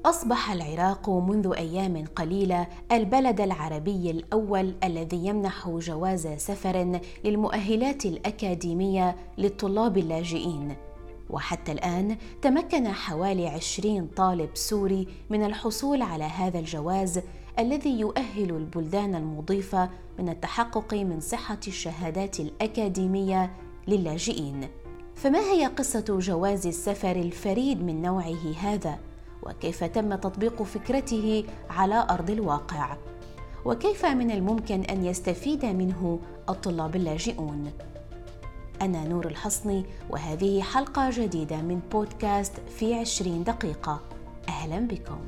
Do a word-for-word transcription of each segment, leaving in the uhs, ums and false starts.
أصبح العراق منذ أيام قليلة البلد العربي الأول الذي يمنح جواز سفر للمؤهلات الأكاديمية للطلاب اللاجئين، وحتى الآن تمكن حوالي عشرين طالب سوري من الحصول على هذا الجواز الذي يؤهل البلدان المضيفة من التحقق من صحة الشهادات الأكاديمية للاجئين. فما هي قصة جواز السفر الفريد من نوعه هذا؟ وكيف تم تطبيق فكرته على أرض الواقع؟ وكيف من الممكن أن يستفيد منه الطلاب اللاجئون؟ أنا نور الحصني، وهذه حلقة جديدة من بودكاست في عشرين دقيقة. أهلا بكم.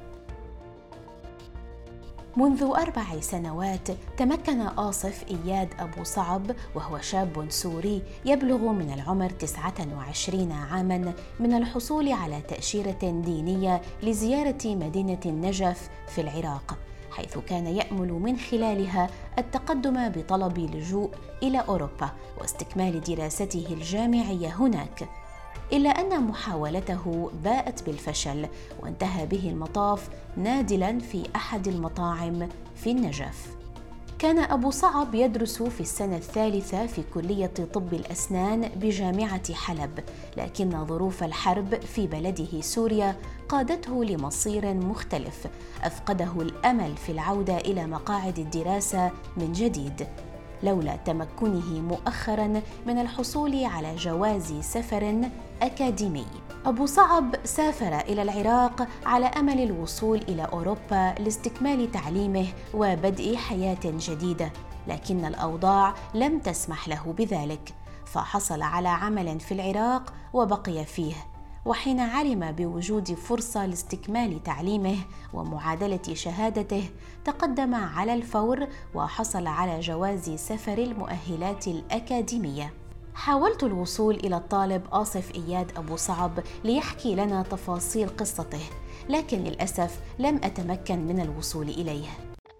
منذ أربع سنوات تمكن آصف إياد أبو صعب، وهو شاب سوري يبلغ من العمر تسعة وعشرين عاماً، من الحصول على تأشيرة دينية لزيارة مدينة النجف في العراق، حيث كان يأمل من خلالها التقدم بطلب لجوء إلى أوروبا واستكمال دراسته الجامعية هناك. إلا أن محاولته باءت بالفشل، وانتهى به المطاف نادلاً في أحد المطاعم في النجف. كان أبو صعب يدرس في السنة الثالثة في كلية طب الأسنان بجامعة حلب، لكن ظروف الحرب في بلده سوريا قادته لمصير مختلف أفقده الأمل في العودة إلى مقاعد الدراسة من جديد، لولا تمكنه مؤخراً من الحصول على جواز سفر أكاديمي. أبو صعب سافر إلى العراق على أمل الوصول إلى أوروبا لاستكمال تعليمه وبدء حياة جديدة، لكن الأوضاع لم تسمح له بذلك، فحصل على عمل في العراق وبقي فيه. وحين علم بوجود فرصة لاستكمال تعليمه ومعادلة شهادته، تقدم على الفور وحصل على جواز سفر المؤهلات الأكاديمية. حاولت الوصول إلى الطالب آصف إياد أبو صعب ليحكي لنا تفاصيل قصته، لكن للأسف لم أتمكن من الوصول إليه.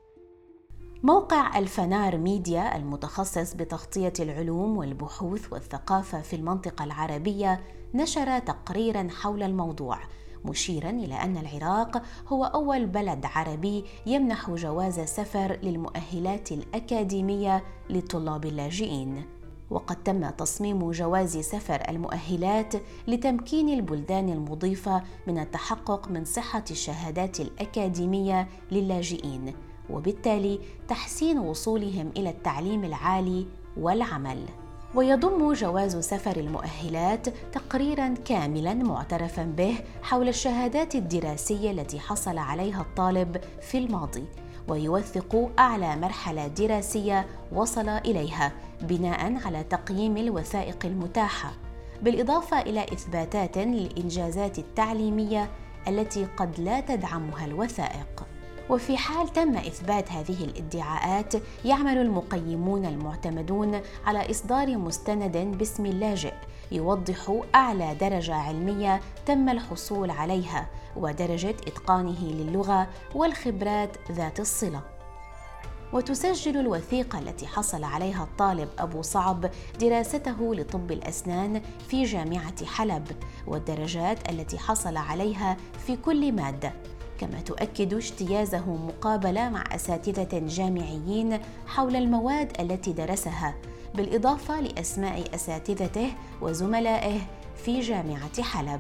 موقع الفنار ميديا المتخصص بتغطية العلوم والبحوث والثقافة في المنطقة العربية نشر تقريراً حول الموضوع، مشيراً إلى أن العراق هو أول بلد عربي يمنح جواز سفر للمؤهلات الأكاديمية للطلاب اللاجئين. وقد تم تصميم جواز سفر المؤهلات لتمكين البلدان المضيفة من التحقق من صحة الشهادات الأكاديمية للاجئين، وبالتالي تحسين وصولهم إلى التعليم العالي والعمل. ويضم جواز سفر المؤهلات تقريراً كاملاً معترفاً به حول الشهادات الدراسية التي حصل عليها الطالب في الماضي، ويوثق أعلى مرحلة دراسية وصل إليها بناءً على تقييم الوثائق المتاحة، بالإضافة إلى إثباتات للإنجازات التعليمية التي قد لا تدعمها الوثائق. وفي حال تم إثبات هذه الادعاءات، يعمل المقيمون المعتمدون على إصدار مستند باسم اللاجئ يوضح أعلى درجة علمية تم الحصول عليها ودرجة إتقانه للغة والخبرات ذات الصلة. وتسجل الوثيقة التي حصل عليها الطالب أبو صعب دراسته لطب الأسنان في جامعة حلب والدرجات التي حصل عليها في كل مادة، كما تؤكد اجتيازه مقابلة مع أساتذة جامعيين حول المواد التي درسها، بالإضافة لأسماء أساتذته وزملائه في جامعة حلب.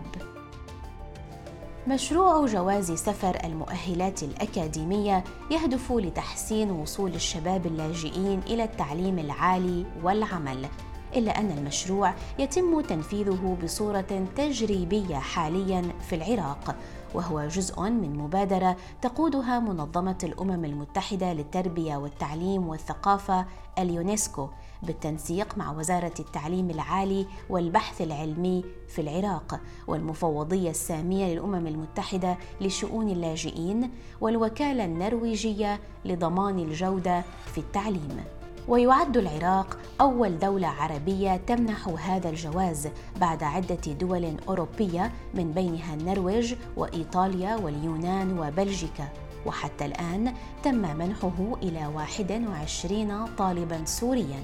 مشروع جواز سفر المؤهلات الأكاديمية يهدف لتحسين وصول الشباب اللاجئين إلى التعليم العالي والعمل، إلا أن المشروع يتم تنفيذه بصورة تجريبية حالياً في العراق، وهو جزء من مبادرة تقودها منظمة الأمم المتحدة للتربية والتعليم والثقافة اليونسكو بالتنسيق مع وزارة التعليم العالي والبحث العلمي في العراق والمفوضية السامية للأمم المتحدة لشؤون اللاجئين والوكالة النرويجية لضمان الجودة في التعليم. ويعد العراق أول دولة عربية تمنح هذا الجواز بعد عدة دول أوروبية من بينها النرويج وإيطاليا واليونان وبلجيكا، وحتى الآن تم منحه إلى واحد وعشرين طالباً سورياً.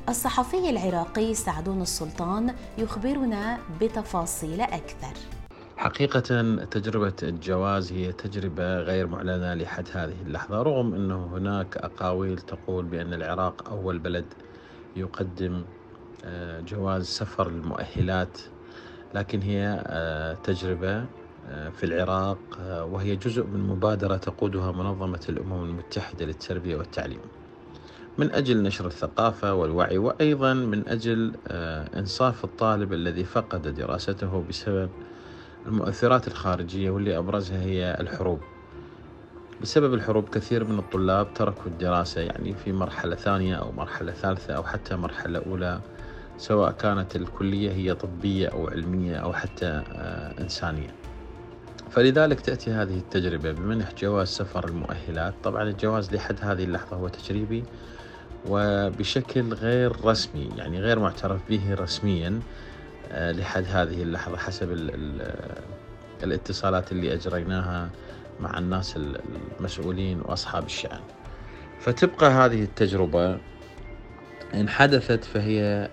الصحفي العراقي سعدون السلطان يخبرنا بتفاصيل أكثر. حقيقة تجربة الجواز هي تجربة غير معلنة لحد هذه اللحظة، رغم أنه هناك أقاويل تقول بأن العراق أول بلد يقدم جواز سفر المؤهلات، لكن هي تجربة في العراق، وهي جزء من مبادرة تقودها منظمة الأمم المتحدة للتربية والتعليم من أجل نشر الثقافة والوعي، وأيضا من أجل إنصاف الطالب الذي فقد دراسته بسبب المؤثرات الخارجية، واللي أبرزها هي الحروب. بسبب الحروب كثير من الطلاب تركوا الدراسة، يعني في مرحلة ثانية أو مرحلة ثالثة أو حتى مرحلة أولى، سواء كانت الكلية هي طبية أو علمية أو حتى إنسانية. فلذلك تأتي هذه التجربة بمنح جواز سفر المؤهلات. طبعا الجواز لحد هذه اللحظة هو تجريبي وبشكل غير رسمي، يعني غير معترف به رسميا لحد هذه اللحظة، حسب ال ال الاتصالات اللي أجريناها مع الناس المسؤولين وأصحاب الشأن. فتبقى هذه التجربة إن حدثت فهي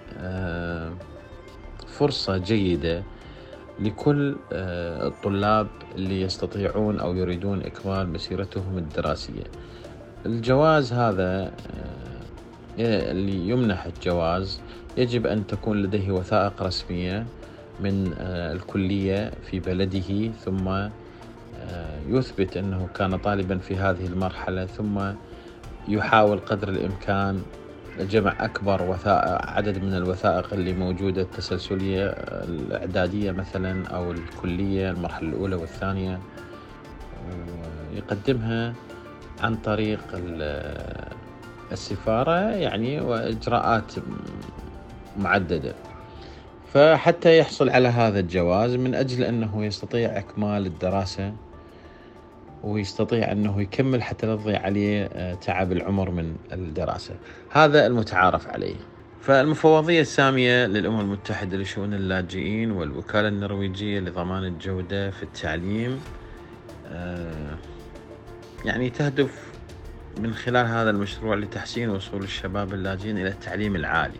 فرصة جيدة لكل الطلاب اللي يستطيعون أو يريدون إكمال مسيرتهم الدراسية. الجواز هذا اللي يمنح الجواز يجب أن تكون لديه وثائق رسمية من الكلية في بلده، ثم يثبت أنه كان طالبا في هذه المرحلة، ثم يحاول قدر الإمكان جمع أكبر وثائق عدد من الوثائق اللي موجودة، التسلسلية الإعدادية مثلا أو الكلية المرحلة الأولى والثانية، ويقدمها عن طريق السفارة يعني، وإجراءات معددة. فحتى يحصل على هذا الجواز من أجل أنه يستطيع إكمال الدراسة ويستطيع أنه يكمل حتى لا تضيع عليه تعب العمر من الدراسة. هذا المتعارف عليه. فالمفوضية السامية للأمم المتحدة لشؤون اللاجئين والوكالة النرويجية لضمان الجودة في التعليم يعني تهدف من خلال هذا المشروع لتحسين وصول الشباب اللاجئين إلى التعليم العالي.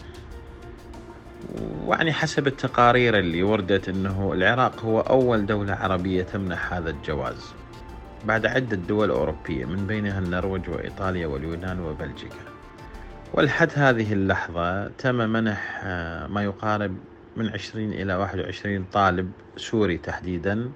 ويعني حسب التقارير اللي وردت أنه العراق هو أول دولة عربية تمنح هذا الجواز بعد عدة دول أوروبية، من بينها النرويج وإيطاليا واليونان وبلجيكا. ولحد هذه اللحظة تم منح ما يقارب من عشرين إلى واحد وعشرين طالب سوري تحديدا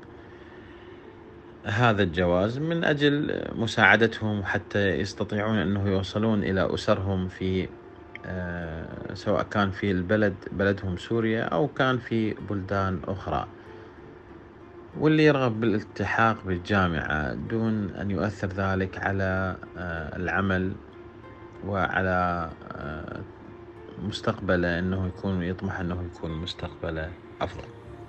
هذا الجواز، من أجل مساعدتهم حتى يستطيعون أنه يوصلون إلى أسرهم في سواء كان في البلد بلدهم سوريا أو كان في بلدان أخرى، واللي يرغب بالالتحاق بالجامعة دون أن يؤثر ذلك على العمل وعلى مستقبله، أنه يكون يطمح أنه يكون مستقبله أفضل.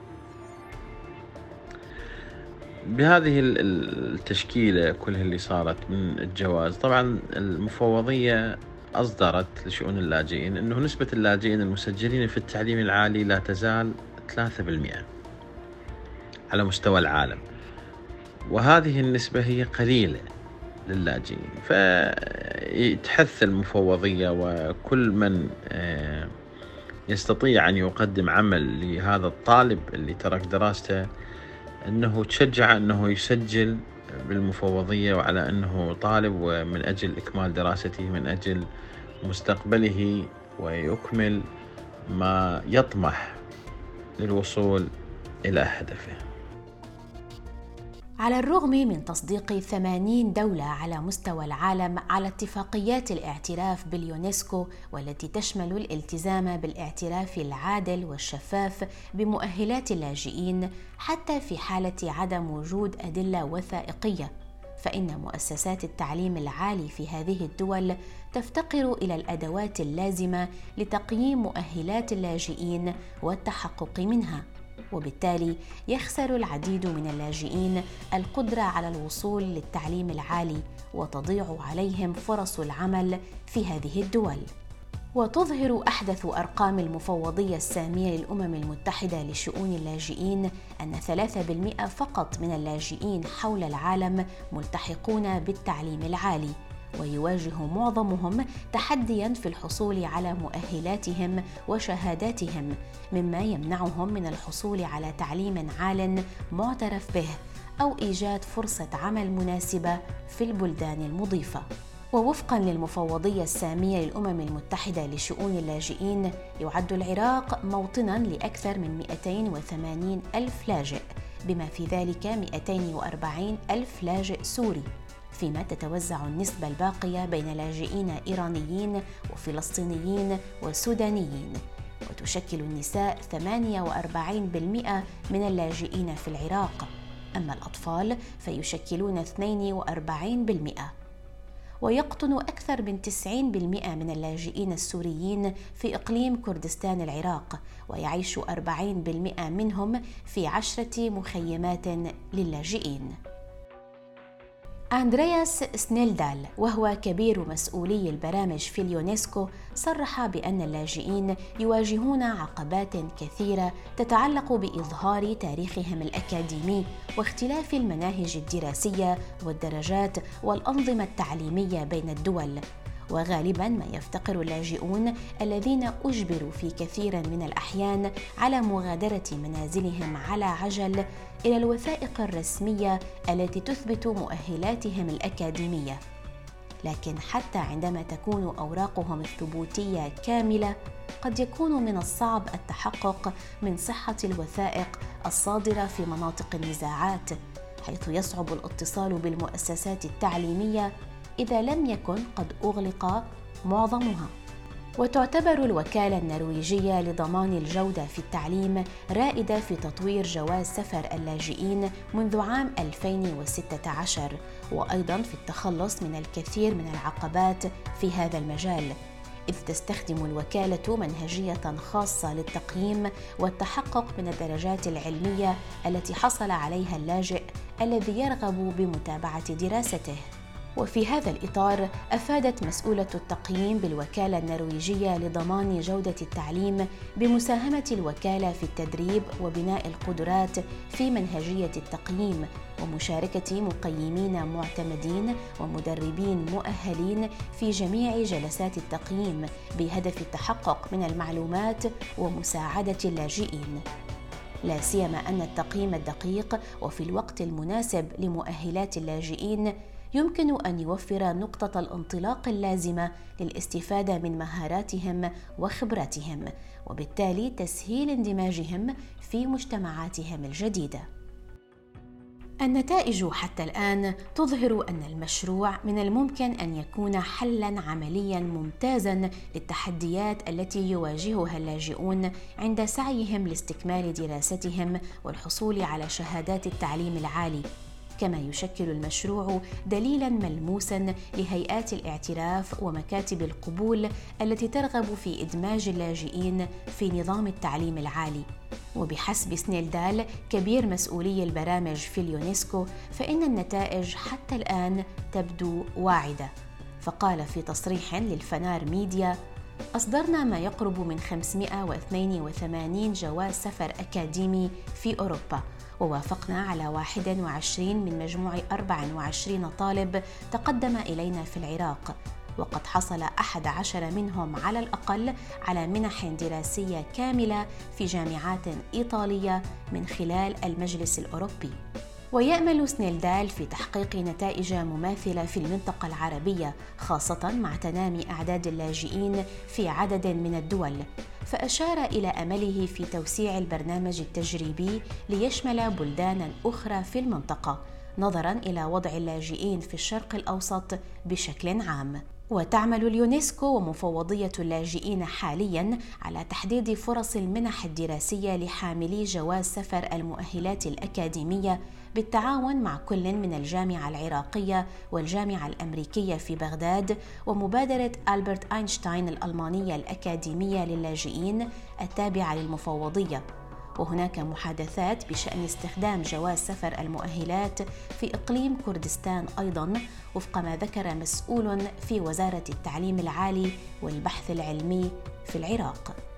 بهذه التشكيلة كلها اللي صارت من الجواز، طبعا المفوضية أصدرت لشؤون اللاجئين أنه نسبة اللاجئين المسجلين في التعليم العالي لا تزال ثلاثة بالمئة على مستوى العالم، وهذه النسبة هي قليلة للاجئين. فتحث المفوضية وكل من يستطيع أن يقدم عمل لهذا الطالب اللي ترك دراسته أنه تشجع أنه يسجل بالمفوضية، وعلى أنه طالب ومن أجل إكمال دراسته من أجل مستقبله، ويكمل ما يطمح للوصول إلى هدفه. على الرغم من تصديق ثمانين دولة على مستوى العالم على اتفاقيات الاعتراف باليونسكو، والتي تشمل الالتزام بالاعتراف العادل والشفاف بمؤهلات اللاجئين حتى في حالة عدم وجود أدلة وثائقية، فإن مؤسسات التعليم العالي في هذه الدول تفتقر إلى الأدوات اللازمة لتقييم مؤهلات اللاجئين والتحقق منها، وبالتالي يخسر العديد من اللاجئين القدرة على الوصول للتعليم العالي، وتضيع عليهم فرص العمل في هذه الدول. وتظهر أحدث أرقام المفوضية السامية للأمم المتحدة لشؤون اللاجئين أن ثلاثة بالمئة فقط من اللاجئين حول العالم ملتحقون بالتعليم العالي، ويواجه معظمهم تحدياً في الحصول على مؤهلاتهم وشهاداتهم، مما يمنعهم من الحصول على تعليم عال معترف به أو إيجاد فرصة عمل مناسبة في البلدان المضيفة. ووفقاً للمفوضية السامية للأمم المتحدة لشؤون اللاجئين، يعد العراق موطناً لأكثر من مئتين وثمانين ألف لاجئ، بما في ذلك مئتين وأربعين ألف لاجئ سوري، فيما تتوزع النسبة الباقية بين لاجئين إيرانيين وفلسطينيين وسودانيين، وتشكل النساء ثمانية وأربعين بالمئة من اللاجئين في العراق، أما الأطفال فيشكلون اثنين وأربعين بالمئة. ويقطن أكثر من تسعين بالمئة من اللاجئين السوريين في إقليم كردستان العراق، ويعيش أربعين بالمئة منهم في عشرة مخيمات للاجئين. أندرياس سنيلدال، وهو كبير مسؤولي البرامج في اليونسكو، صرح بأن اللاجئين يواجهون عقبات كثيرة تتعلق بإظهار تاريخهم الأكاديمي واختلاف المناهج الدراسية والدرجات والأنظمة التعليمية بين الدول. وغالباً ما يفتقر اللاجئون الذين أجبروا في كثير من الأحيان على مغادرة منازلهم على عجل إلى الوثائق الرسمية التي تثبت مؤهلاتهم الأكاديمية، لكن حتى عندما تكون أوراقهم الثبوتية كاملة، قد يكون من الصعب التحقق من صحة الوثائق الصادرة في مناطق النزاعات، حيث يصعب الاتصال بالمؤسسات التعليمية إذا لم يكن قد أغلق معظمها. وتعتبر الوكالة النرويجية لضمان الجودة في التعليم رائدة في تطوير جواز سفر اللاجئين منذ عام ألفين وستة عشر، وأيضاً في التخلص من الكثير من العقبات في هذا المجال، إذ تستخدم الوكالة منهجية خاصة للتقييم والتحقق من الدرجات العلمية التي حصل عليها اللاجئ الذي يرغب بمتابعة دراسته. وفي هذا الإطار، أفادت مسؤولة التقييم بالوكالة النرويجية لضمان جودة التعليم بمساهمة الوكالة في التدريب وبناء القدرات في منهجية التقييم، ومشاركة مقيمين معتمدين ومدربين مؤهلين في جميع جلسات التقييم بهدف التحقق من المعلومات ومساعدة اللاجئين، لا سيما أن التقييم الدقيق وفي الوقت المناسب لمؤهلات اللاجئين يمكن أن يوفر نقطة الانطلاق اللازمة للاستفادة من مهاراتهم وخبراتهم، وبالتالي تسهيل اندماجهم في مجتمعاتهم الجديدة. النتائج حتى الآن تظهر أن المشروع من الممكن أن يكون حلاً عملياً ممتازاً للتحديات التي يواجهها اللاجئون عند سعيهم لاستكمال دراستهم والحصول على شهادات التعليم العالي، كما يشكل المشروع دليلاً ملموساً لهيئات الاعتراف ومكاتب القبول التي ترغب في إدماج اللاجئين في نظام التعليم العالي. وبحسب سنيلدال كبير مسؤولي البرامج في اليونسكو، فإن النتائج حتى الآن تبدو واعدة، فقال في تصريح للفنار ميديا: أصدرنا ما يقرب من خمسمائة واثنين وثمانين جواز سفر أكاديمي في أوروبا، ووافقنا على واحد وعشرين من مجموع أربعة وعشرين طالب تقدم إلينا في العراق، وقد حصل أحد عشر منهم على الأقل على منح دراسية كاملة في جامعات إيطالية من خلال المجلس الأوروبي. ويأمل سنيلدال في تحقيق نتائج مماثلة في المنطقة العربية، خاصة مع تنامي أعداد اللاجئين في عدد من الدول، فأشار إلى أمله في توسيع البرنامج التجريبي ليشمل بلدانا أخرى في المنطقة، نظراً إلى وضع اللاجئين في الشرق الأوسط بشكل عام. وتعمل اليونسكو ومفوضية اللاجئين حالياً على تحديد فرص المنح الدراسية لحاملي جواز سفر المؤهلات الأكاديمية بالتعاون مع كل من الجامعة العراقية والجامعة الأمريكية في بغداد ومبادرة ألبرت أينشتاين الألمانية الأكاديمية للاجئين التابعة للمفوضية. وهناك محادثات بشأن استخدام جواز سفر المؤهلات في إقليم كردستان أيضاً، وفق ما ذكر مسؤول في وزارة التعليم العالي والبحث العلمي في العراق.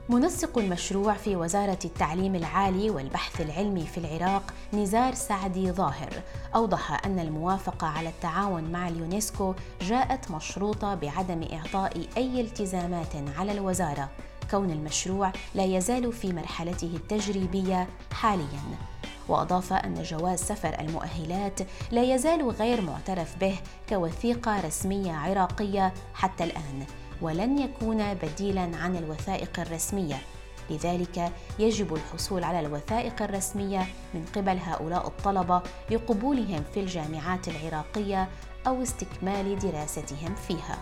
منسق المشروع في وزارة التعليم العالي والبحث العلمي في العراق نزار سعدي ظاهر أوضح أن الموافقة على التعاون مع اليونسكو جاءت مشروطة بعدم إعطاء أي التزامات على الوزارة، كون المشروع لا يزال في مرحلته التجريبية حالياً. وأضاف أن جواز سفر المؤهلات لا يزال غير معترف به كوثيقة رسمية عراقية حتى الآن، ولن يكون بديلاً عن الوثائق الرسمية، لذلك يجب الحصول على الوثائق الرسمية من قبل هؤلاء الطلبة لقبولهم في الجامعات العراقية أو استكمال دراستهم فيها.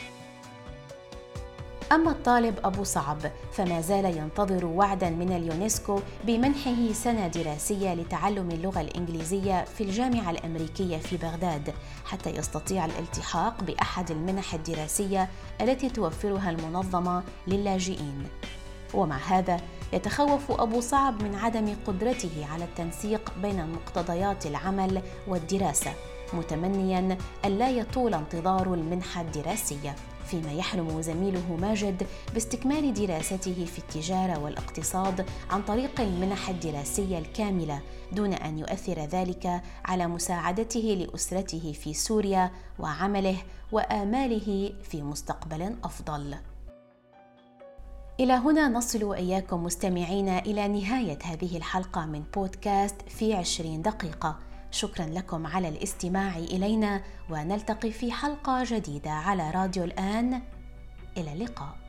أما الطالب أبو صعب فما زال ينتظر وعداً من اليونسكو بمنحه سنة دراسية لتعلم اللغة الإنجليزية في الجامعة الأمريكية في بغداد حتى يستطيع الالتحاق بأحد المنح الدراسية التي توفرها المنظمة للاجئين. ومع هذا يتخوف أبو صعب من عدم قدرته على التنسيق بين مقتضيات العمل والدراسة، متمنياً ألا يطول انتظار المنحة الدراسية، فيما يحلم زميله ماجد باستكمال دراسته في التجارة والاقتصاد عن طريق المنح الدراسية الكاملة دون أن يؤثر ذلك على مساعدته لأسرته في سوريا وعمله وآماله في مستقبل أفضل. إلى هنا نصل إياكم مستمعين إلى نهاية هذه الحلقة من بودكاست في عشرين دقيقة. شكرا لكم على الاستماع إلينا، ونلتقي في حلقة جديدة على راديو الآن. إلى اللقاء.